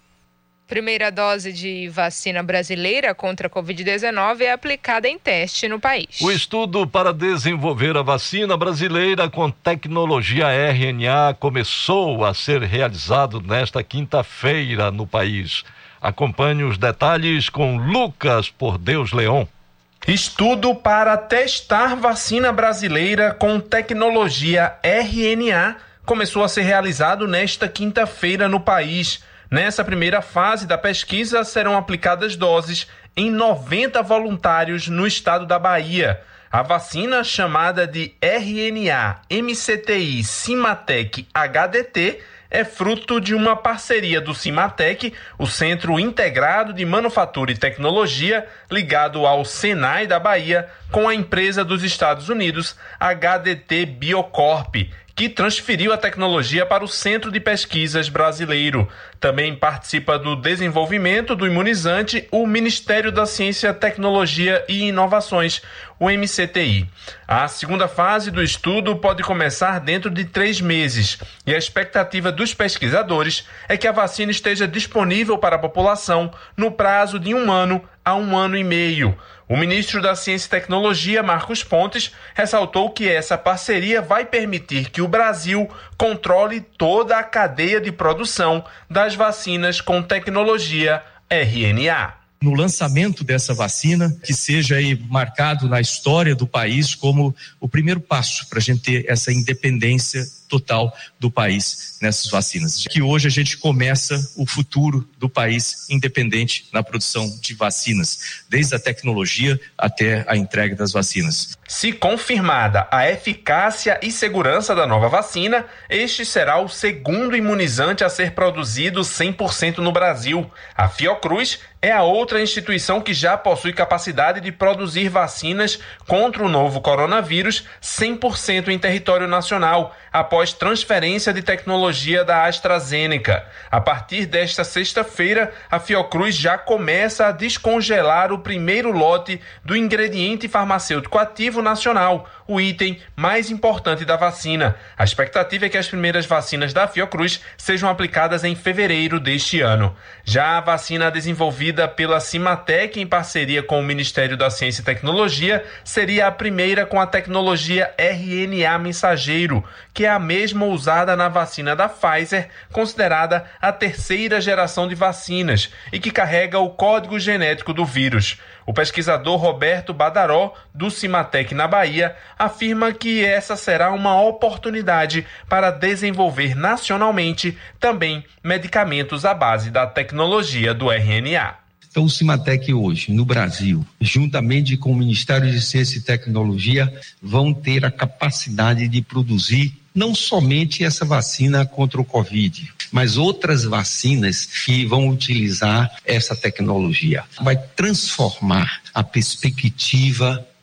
Primeira dose de vacina brasileira contra a covid dezenove é aplicada em teste no país. O estudo para desenvolver a vacina brasileira com tecnologia R N A começou a ser realizado nesta quinta-feira no país. Acompanhe os detalhes com Lucas Por Deus Leon. Estudo para testar vacina brasileira com tecnologia R N A começou a ser realizado nesta quinta-feira no país. Nessa primeira fase da pesquisa serão aplicadas doses em noventa voluntários no estado da Bahia. A vacina, chamada de R N A M C T I Cimatec H D T, é fruto de uma parceria do Cimatec, o Centro Integrado de Manufatura e Tecnologia, ligado ao Senai da Bahia, com a empresa dos Estados Unidos, H D T Biocorp, que transferiu a tecnologia para o Centro de Pesquisas Brasileiro. Também participa do desenvolvimento do imunizante o Ministério da Ciência, Tecnologia e Inovações, o M C T I. A segunda fase do estudo pode começar dentro de três meses e a expectativa dos pesquisadores é que a vacina esteja disponível para a população no prazo de um ano a um ano e meio. O ministro da Ciência e Tecnologia, Marcos Pontes, ressaltou que essa parceria vai permitir que o Brasil controle toda a cadeia de produção das vacinas com tecnologia R N A. No lançamento dessa vacina, que seja aí marcado na história do país como o primeiro passo para a gente ter essa independência total do país nessas vacinas. Que hoje a gente começa o futuro do país independente na produção de vacinas, desde a tecnologia até a entrega das vacinas. Se confirmada a eficácia e segurança da nova vacina, este será o segundo imunizante a ser produzido cem por cento no Brasil. A Fiocruz é a outra instituição que já possui capacidade de produzir vacinas contra o novo coronavírus cem por cento em território nacional, após transferência de tecnologia da AstraZeneca. A partir desta sexta-feira, a Fiocruz já começa a descongelar o primeiro lote do ingrediente farmacêutico ativo nacional, o item mais importante da vacina. A expectativa é que as primeiras vacinas da Fiocruz sejam aplicadas em fevereiro deste ano. Já a vacina desenvolvida pela Cimatec em parceria com o Ministério da Ciência e Tecnologia seria a primeira com a tecnologia R N A mensageiro, que é a mesma usada na vacina da Pfizer, considerada a terceira geração de vacinas e que carrega o código genético do vírus. O pesquisador Roberto Badaró, do Cimatec na Bahia, afirma que essa será uma oportunidade para desenvolver nacionalmente também medicamentos à base da tecnologia do R N A. Então, o Cimatec hoje, no Brasil, juntamente com o Ministério de Ciência e Tecnologia, vão ter a capacidade de produzir não somente essa vacina contra o Covid, mas outras vacinas que vão utilizar essa tecnologia. Vai transformar a perspectiva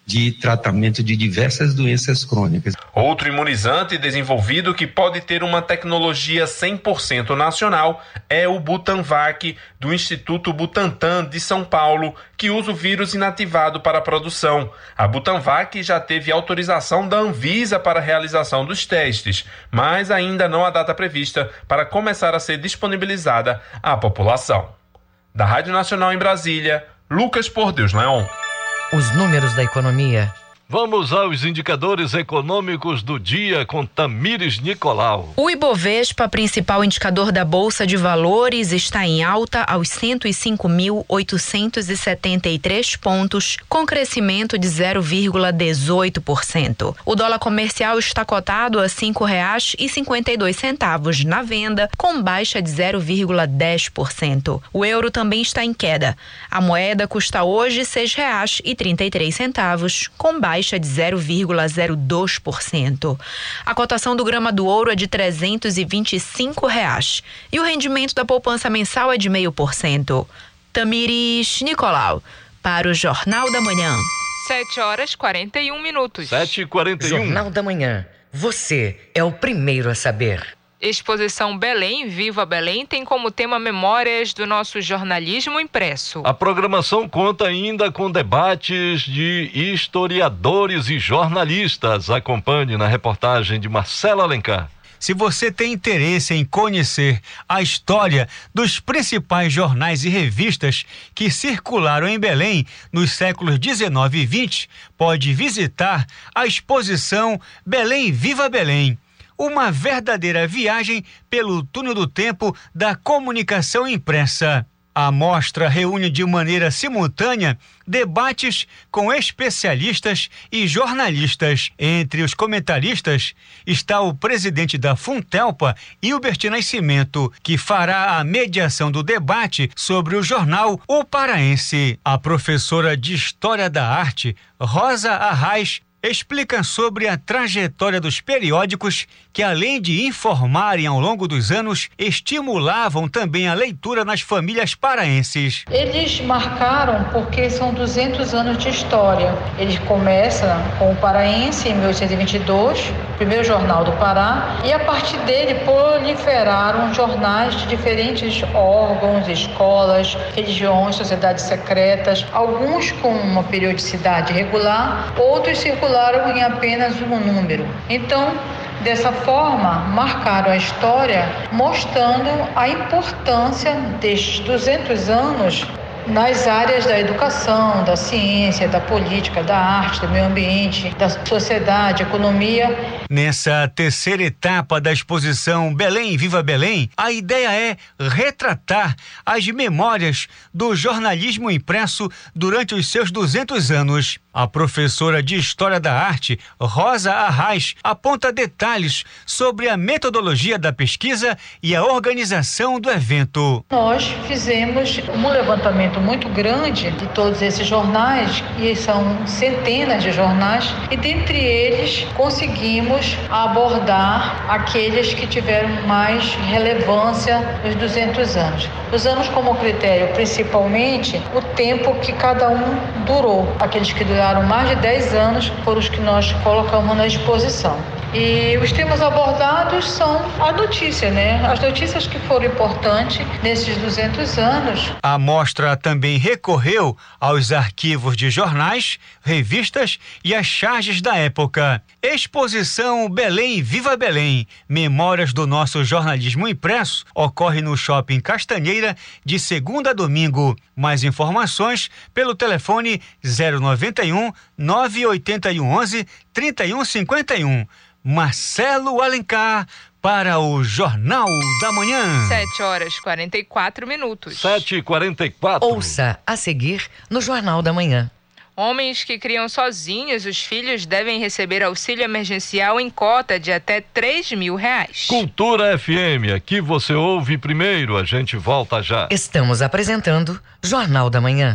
de tratamento de diversas doenças crônicas. Outro imunizante desenvolvido que pode ter uma tecnologia cem por cento nacional é o Butanvac, do Instituto Butantan de São Paulo, que usa o vírus inativado para a produção. A Butanvac já teve autorização da Anvisa para a realização dos testes, mas ainda não há data prevista para começar a ser disponibilizada à população. Da Rádio Nacional em Brasília, Lucas Por Deus Leon. Os números da economia. Vamos aos indicadores econômicos do dia com Tamires Nicolau. O Ibovespa, principal indicador da Bolsa de Valores, está em alta aos cento e cinco mil oitocentos e setenta e três pontos, com crescimento de zero vírgula dezoito por cento. O dólar comercial está cotado a cinco reais e cinquenta e dois centavos na venda, com baixa de zero vírgula dez por cento. O euro também está em queda. A moeda custa hoje seis reais e trinta e três centavos, com baixa de zero vírgula zero dois por cento. A cotação do grama do ouro é de trezentos e vinte e cinco reais e o rendimento da poupança mensal é de zero vírgula cinco por cento. Tamires Nicolau, para o Jornal da Manhã. sete horas e quarenta e um minutos. sete e quarenta e um. Jornal da Manhã. Você é o primeiro a saber. Exposição Belém, Viva Belém, tem como tema memórias do nosso jornalismo impresso. A programação conta ainda com debates de historiadores e jornalistas. Acompanhe na reportagem de Marcelo Alencar. Se você tem interesse em conhecer a história dos principais jornais e revistas que circularam em Belém nos séculos dezenove e vinte, pode visitar a exposição Belém, Viva Belém. Uma verdadeira viagem pelo túnel do tempo da comunicação impressa. A mostra reúne de maneira simultânea debates com especialistas e jornalistas. Entre os comentaristas está o presidente da Funtelpa, Hilbert Nascimento, que fará a mediação do debate sobre o jornal O Paraense. A professora de História da Arte, Rosa Arraes, explica sobre a trajetória dos periódicos que, além de informarem ao longo dos anos, estimulavam também a leitura nas famílias paraenses. Eles marcaram porque são duzentos anos de história. Eles começam com o Paraense em mil oitocentos e vinte e dois, primeiro jornal do Pará, e a partir dele proliferaram jornais de diferentes órgãos, escolas, religiões, sociedades secretas, alguns com uma periodicidade regular, outros circularam em apenas um número. Então, dessa forma, marcaram a história mostrando a importância destes duzentos anos nas áreas da educação, da ciência, da política, da arte, do meio ambiente, da sociedade, economia. Nessa terceira etapa da exposição Belém, Viva Belém, a ideia é retratar as memórias do jornalismo impresso durante os seus duzentos anos. A professora de História da Arte, Rosa Arraes, aponta detalhes sobre a metodologia da pesquisa e a organização do evento. Nós fizemos um levantamento muito grande de todos esses jornais, e são centenas de jornais, e dentre eles conseguimos abordar aqueles que tiveram mais relevância nos duzentos anos. Usamos como critério principalmente o tempo que cada um durou. Aqueles que duraram mais de dez anos foram os que nós colocamos na exposição. E os temas abordados são a notícia, né? As notícias que foram importantes nesses duzentos anos. A mostra também recorreu aos arquivos de jornais, revistas e as charges da época. Exposição Belém, Viva Belém, Memórias do Nosso Jornalismo Impresso, ocorre no Shopping Castanheira de segunda a domingo. Mais informações pelo telefone zero noventa e um, nove oitenta e um, onze, trinta e um cinquenta e um. Marcelo Alencar para o Jornal da Manhã. sete horas e quarenta e quatro minutos. sete e quarenta e quatro. Ouça a seguir no Jornal da Manhã. Homens que criam sozinhos os filhos devem receber auxílio emergencial em cota de até três mil reais. Cultura F M, aqui você ouve primeiro, a gente volta já. Estamos apresentando Jornal da Manhã.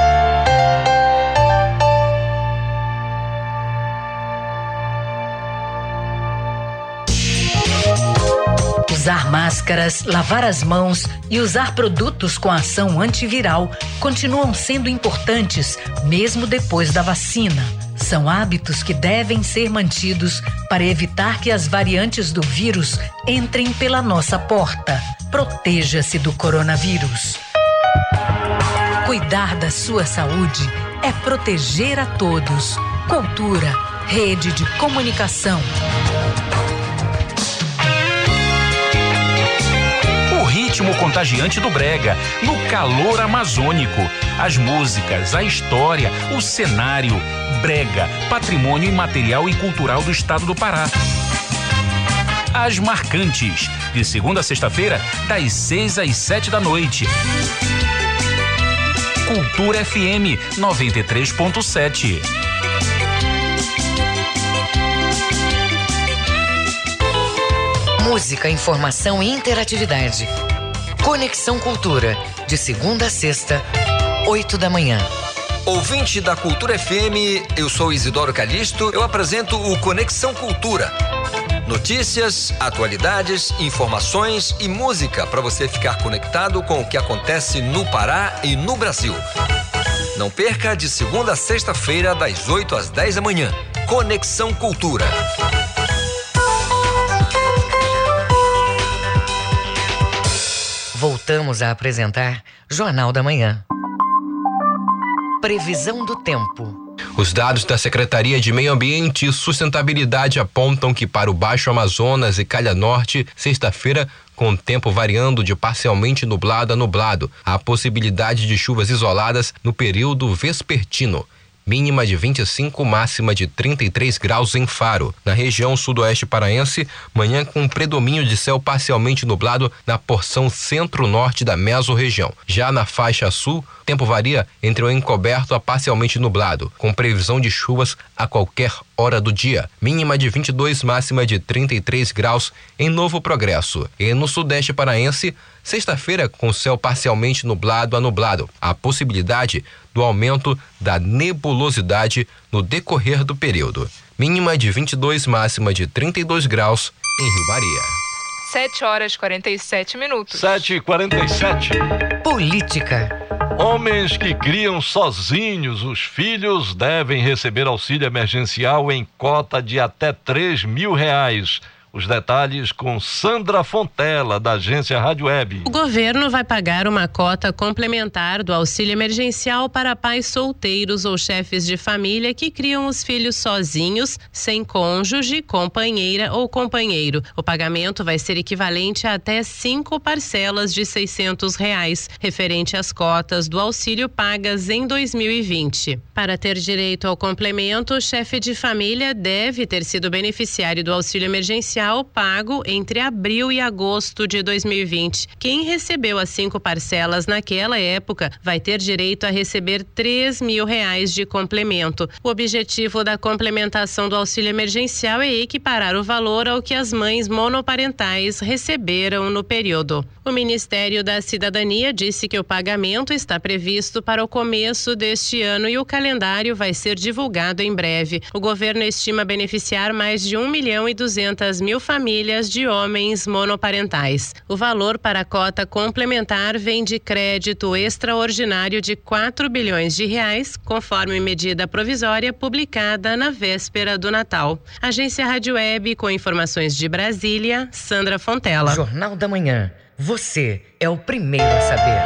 Usar máscaras, lavar as mãos e usar produtos com ação antiviral continuam sendo importantes mesmo depois da vacina. São hábitos que devem ser mantidos para evitar que as variantes do vírus entrem pela nossa porta. Proteja-se do coronavírus. Cuidar da sua saúde é proteger a todos. Cultura, rede de comunicação. O ritmo contagiante do brega, no calor amazônico. As músicas, a história, o cenário. Brega, patrimônio imaterial e cultural do estado do Pará. As Marcantes, de segunda a sexta-feira, das seis às sete da noite. Cultura F M noventa e três ponto sete. Música, informação e interatividade. Conexão Cultura, de segunda a sexta, oito da manhã. Ouvinte da Cultura F M, eu sou Isidoro Calixto, eu apresento o Conexão Cultura. Notícias, atualidades, informações e música para você ficar conectado com o que acontece no Pará e no Brasil. Não perca, de segunda a sexta-feira, das oito às dez da manhã. Conexão Cultura. Voltamos a apresentar Jornal da Manhã. Previsão do tempo. Os dados da Secretaria de Meio Ambiente e Sustentabilidade apontam que para o Baixo Amazonas e Calha Norte, sexta-feira, com tempo variando de parcialmente nublado a nublado, há possibilidade de chuvas isoladas no período vespertino. Mínima de vinte e cinco, máxima de trinta e três graus em Faro. Na região sudoeste paraense, manhã com predomínio de céu parcialmente nublado na porção centro-norte da mesorregião. Já na faixa sul, tempo varia entre o encoberto a parcialmente nublado, com previsão de chuvas a qualquer hora do dia. Mínima de vinte e dois, máxima de trinta e três graus em Novo Progresso. E no sudeste paraense, sexta-feira com céu parcialmente nublado a nublado. A possibilidade do aumento da nebulosidade no decorrer do período. Mínima de vinte e dois, máxima de trinta e dois graus em Rio Maria. sete horas e quarenta e sete minutos. sete e quarenta e sete. Política. Homens que criam sozinhos os filhos devem receber auxílio emergencial em cota de até três mil reais. Os detalhes com Sandra Fontela, da agência Rádio Web. O governo vai pagar uma cota complementar do auxílio emergencial para pais solteiros ou chefes de família que criam os filhos sozinhos, sem cônjuge, companheira ou companheiro. O pagamento vai ser equivalente a até cinco parcelas de seiscentos reais, referente às cotas do auxílio pagas em dois mil e vinte. Para ter direito ao complemento, o chefe de família deve ter sido beneficiário do auxílio emergencial pago entre abril e agosto de dois mil e vinte. Quem recebeu as cinco parcelas naquela época vai ter direito a receber três mil reais de complemento. O objetivo da complementação do auxílio emergencial é equiparar o valor ao que as mães monoparentais receberam no período. O Ministério da Cidadania disse que o pagamento está previsto para o começo deste ano e o calendário vai ser divulgado em breve. O governo estima beneficiar mais de um milhão e duzentas mil famílias de homens monoparentais. O valor para a cota complementar vem de crédito extraordinário de quatro bilhões de reais, conforme medida provisória publicada na véspera do Natal. Agência Rádio Web, com informações de Brasília, Sandra Fontela. Jornal da Manhã. Você é o primeiro a saber.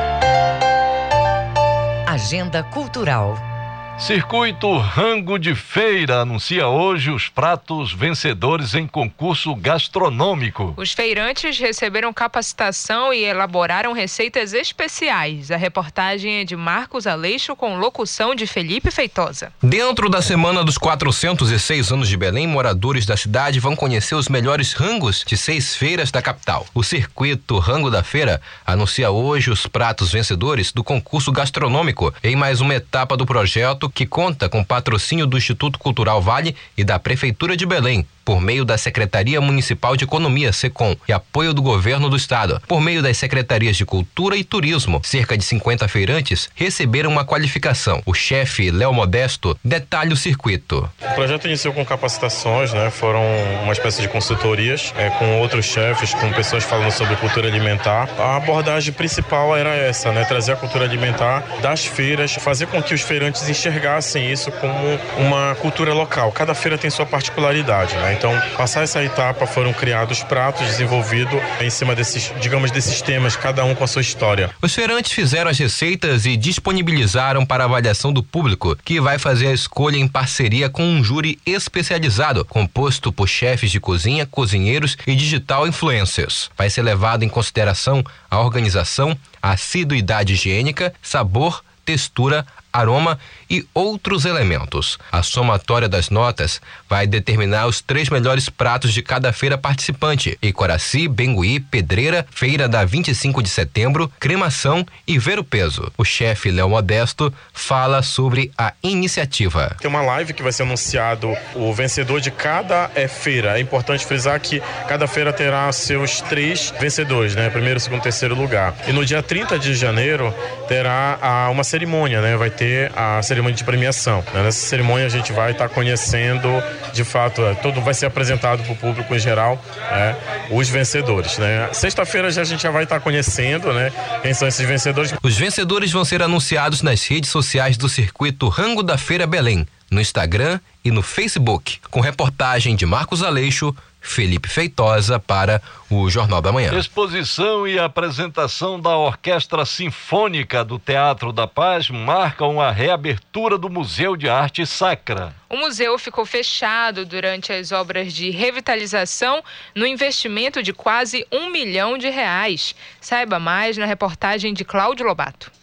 Agenda Cultural. Circuito Rango de Feira anuncia hoje os pratos vencedores em concurso gastronômico. Os feirantes receberam capacitação e elaboraram receitas especiais. A reportagem é de Marcos Aleixo com locução de Felipe Feitosa. Dentro da Semana dos quatrocentos e seis anos de Belém, moradores da cidade vão conhecer os melhores rangos de seis feiras da capital. O Circuito Rango da Feira anuncia hoje os pratos vencedores do concurso gastronômico em mais uma etapa do projeto que conta com patrocínio do Instituto Cultural Vale e da Prefeitura de Belém. por meio da Secretaria Municipal de Economia, SECOM, e apoio do Governo do Estado, por meio das Secretarias de Cultura e Turismo. Cerca de cinquenta feirantes receberam uma qualificação. O chefe Léo Modesto detalha o circuito. O projeto iniciou com capacitações, né? Foram uma espécie de consultorias é, com outros chefes, com pessoas falando sobre cultura alimentar. A abordagem principal era essa, né? Trazer a cultura alimentar das feiras, fazer com que os feirantes enxergassem isso como uma cultura local. Cada feira tem sua particularidade, né? Então, passar essa etapa, foram criados pratos desenvolvidos em cima desses, digamos, desses temas, cada um com a sua história. Os feirantes fizeram as receitas e disponibilizaram para avaliação do público, que vai fazer a escolha em parceria com um júri especializado, composto por chefes de cozinha, cozinheiros e digital influencers. Vai ser levado em consideração a organização, a assiduidade higiênica, sabor, textura, aroma e outros elementos. A somatória das notas vai determinar os três melhores pratos de cada feira participante: Icoraci, Bengui, Pedreira, Feira da vinte e cinco de setembro, Cremação e Ver o Peso. O chefe Léo Modesto fala sobre a iniciativa. Tem uma live que vai ser anunciado o vencedor de cada é, feira. É importante frisar que cada feira terá seus três vencedores, né? Primeiro, segundo, terceiro lugar. E no dia trinta de janeiro terá a, uma cerimônia, né? Vai ter a cerimônia de premiação. Nessa cerimônia a gente vai estar tá conhecendo, de fato, é, todo vai ser apresentado para o público em geral, é, os vencedores, né? Sexta-feira já a gente já vai estar tá conhecendo, né, quem são esses vencedores. Os vencedores vão ser anunciados nas redes sociais do Circuito Rango da Feira Belém, no Instagram e no Facebook, com reportagem de Marcos Aleixo, Felipe Feitosa para o Jornal da Manhã. Exposição e apresentação da Orquestra Sinfônica do Teatro da Paz marcam a reabertura do Museu de Arte Sacra. O museu ficou fechado durante as obras de revitalização no investimento de quase um milhão de reais. Saiba mais na reportagem de Cláudio Lobato.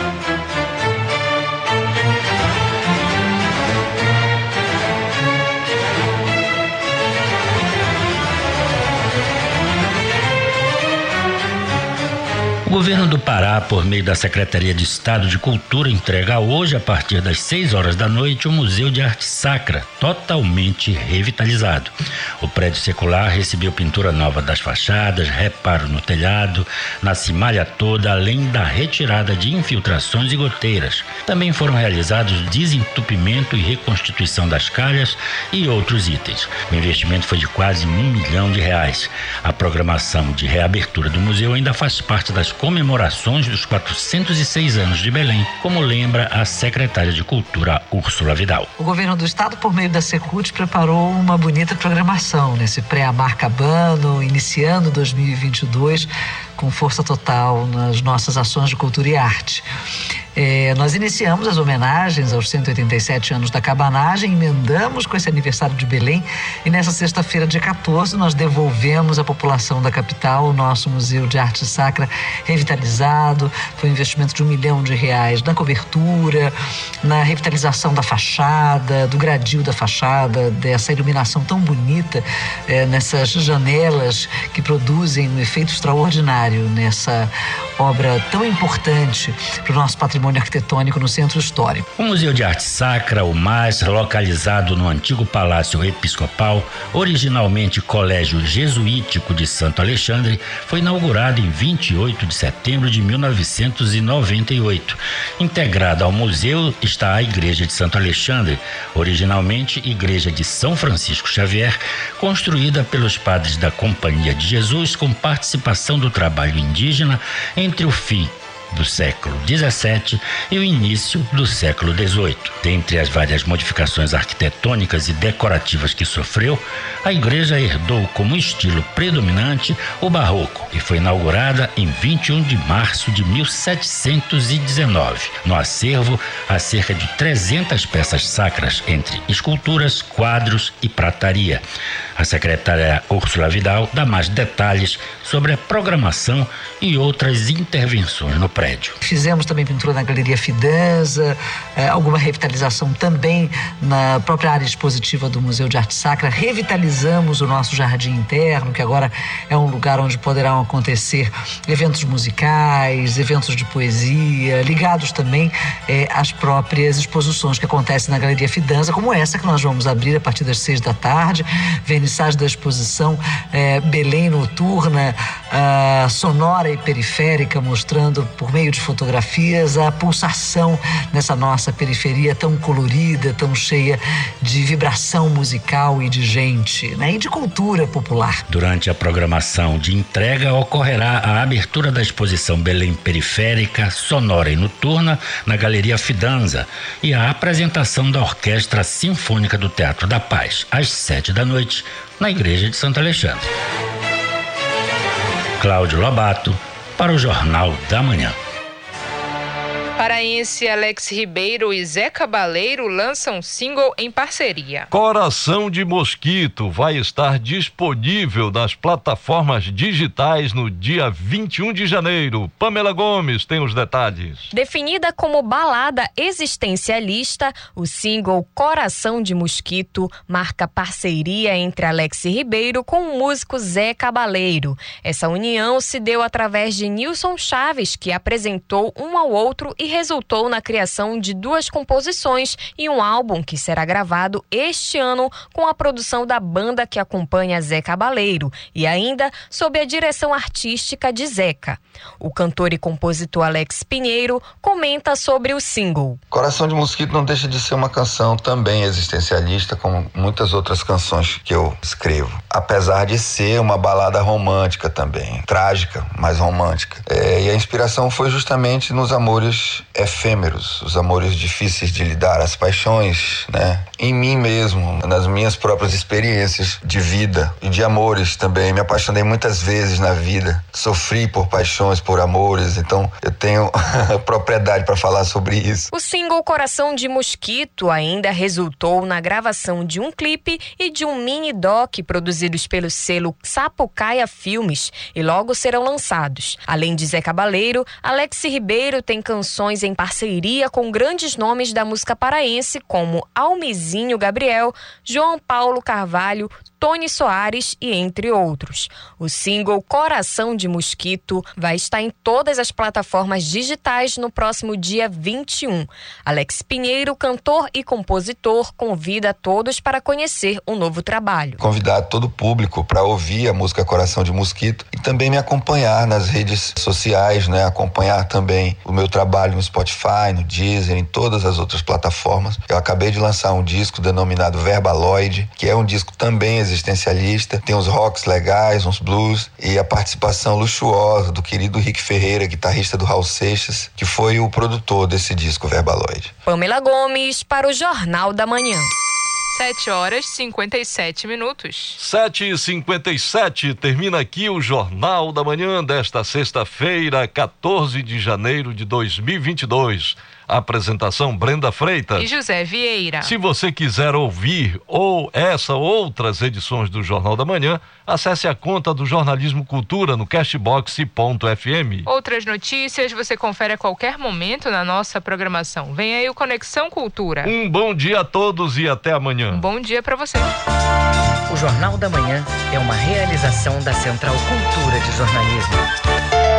O governo do Pará, por meio da Secretaria de Estado de Cultura, entrega hoje, a partir das seis horas da noite, o Museu de Arte Sacra, totalmente revitalizado. O prédio secular recebeu pintura nova das fachadas, reparo no telhado, na cimalha toda, além da retirada de infiltrações e goteiras. Também foram realizados desentupimento e reconstituição das calhas e outros itens. O investimento foi de quase um milhão de reais. A programação de reabertura do museu ainda faz parte das comemorações dos quatrocentos e seis anos de Belém, como lembra a secretária de Cultura, Úrsula Vidal. O governo do estado, por meio da Secult, preparou uma bonita programação nesse pré-amar cabano, iniciando dois mil e vinte e dois com força total nas nossas ações de cultura e arte. É, nós iniciamos as homenagens aos cento e oitenta e sete anos da cabanagem, emendamos com esse aniversário de Belém e nessa sexta-feira, dia quatorze, nós devolvemos à população da capital o nosso Museu de Arte Sacra revitalizado. Foi um investimento de um milhão de reais na cobertura, na revitalização da fachada, do gradil da fachada, dessa iluminação tão bonita, é, nessas janelas que produzem um efeito extraordinário nessa obra tão importante para o nosso patrimônio arquitetônico no centro histórico. O Museu de Arte Sacra, o MAS, localizado no antigo Palácio Episcopal, originalmente Colégio Jesuítico de Santo Alexandre, foi inaugurado em vinte e oito de setembro de mil novecentos e noventa e oito. Integrada ao museu está a Igreja de Santo Alexandre, originalmente Igreja de São Francisco Xavier, construída pelos padres da Companhia de Jesus com participação do trabalho indígena entre o fim do século dezessete e o início do século dezoito. Dentre as várias modificações arquitetônicas e decorativas que sofreu, a igreja herdou como estilo predominante o barroco e foi inaugurada em vinte e um de março de mil setecentos e dezenove. No acervo, há cerca de trezentas peças sacras entre esculturas, quadros e prataria. A secretária Úrsula Vidal dá mais detalhes sobre a programação e outras intervenções no prédio. Fizemos também pintura na Galeria Fidanza, eh, alguma revitalização também na própria área expositiva do Museu de Arte Sacra. Revitalizamos o nosso jardim interno, que agora é um lugar onde poderão acontecer eventos musicais, eventos de poesia, ligados também eh, às próprias exposições que acontecem na Galeria Fidanza, como essa que nós vamos abrir a partir das seis da tarde, vernissagem da exposição eh, Belém Noturna, ah, sonora e periférica, mostrando por meio de fotografias a pulsação nessa nossa periferia tão colorida, tão cheia de vibração musical e de gente, né? E de cultura popular. Durante a programação de entrega ocorrerá a abertura da exposição Belém Periférica, Sonora e Noturna na Galeria Fidanza e a apresentação da Orquestra Sinfônica do Teatro da Paz, às sete da noite, na Igreja de Santo Alexandre. Cláudio Lobato, para o Jornal da Manhã. Paraense Alex Ribeiro e Zé Cabaleiro lançam single em parceria. Coração de Mosquito vai estar disponível nas plataformas digitais no dia vinte e um de janeiro. Pamela Gomes tem os detalhes. Definida como balada existencialista, o single Coração de Mosquito marca parceria entre Alex Ribeiro com o músico Zé Cabaleiro. Essa união se deu através de Nilson Chaves, que apresentou um ao outro e resultou na criação de duas composições e um álbum que será gravado este ano com a produção da banda que acompanha Zé Cabaleiro e ainda sob a direção artística de Zeca. O cantor e compositor Alex Pinheiro comenta sobre o single. Coração de Mosquito não deixa de ser uma canção também existencialista, como muitas outras canções que eu escrevo. Apesar de ser uma balada romântica também, trágica, mas romântica. É, e a inspiração foi justamente nos amores efêmeros, os amores difíceis de lidar, as paixões, né? Em mim mesmo, nas minhas próprias experiências de vida e de amores também. Me apaixonei muitas vezes na vida, sofri por paixões, por amores, então eu tenho propriedade para falar sobre isso. O single Coração de Mosquito ainda resultou na gravação de um clipe e de um mini doc produzidos pelo selo Sapucaia Filmes e logo serão lançados. Além de Zé Cabaleiro, Alex Ribeiro tem canções em parceria com grandes nomes da música paraense como Almizinho Gabriel, João Paulo Carvalho, Tony Soares e entre outros. O single Coração de Mosquito vai estar em todas as plataformas digitais no próximo dia vinte e um. Alex Pinheiro, cantor e compositor, convida todos para conhecer o novo trabalho. Convidar todo o público para ouvir a música Coração de Mosquito e também me acompanhar nas redes sociais, né? Acompanhar também o meu trabalho no Spotify, no Deezer, em todas as outras plataformas. Eu acabei de lançar um disco denominado Verbaloid, que é um disco também existencialista, tem uns rocks legais, uns blues e a participação luxuosa do querido Rick Ferreira, guitarrista do Raul Seixas, que foi o produtor desse disco Verbaloid. Pamela Gomes para o Jornal da Manhã. sete horas e cinquenta e sete minutos. sete e cinquenta e sete, termina aqui o Jornal da Manhã desta sexta-feira, quatorze de janeiro de dois mil e vinte e dois. Apresentação Brenda Freitas e José Vieira. Se você quiser ouvir ou essa ou outras edições do Jornal da Manhã, acesse a conta do Jornalismo Cultura no castbox ponto f m. Outras notícias você confere a qualquer momento na nossa programação. Vem aí o Conexão Cultura. Um bom dia a todos e até amanhã. Um bom dia para você. O Jornal da Manhã é uma realização da Central Cultura de Jornalismo.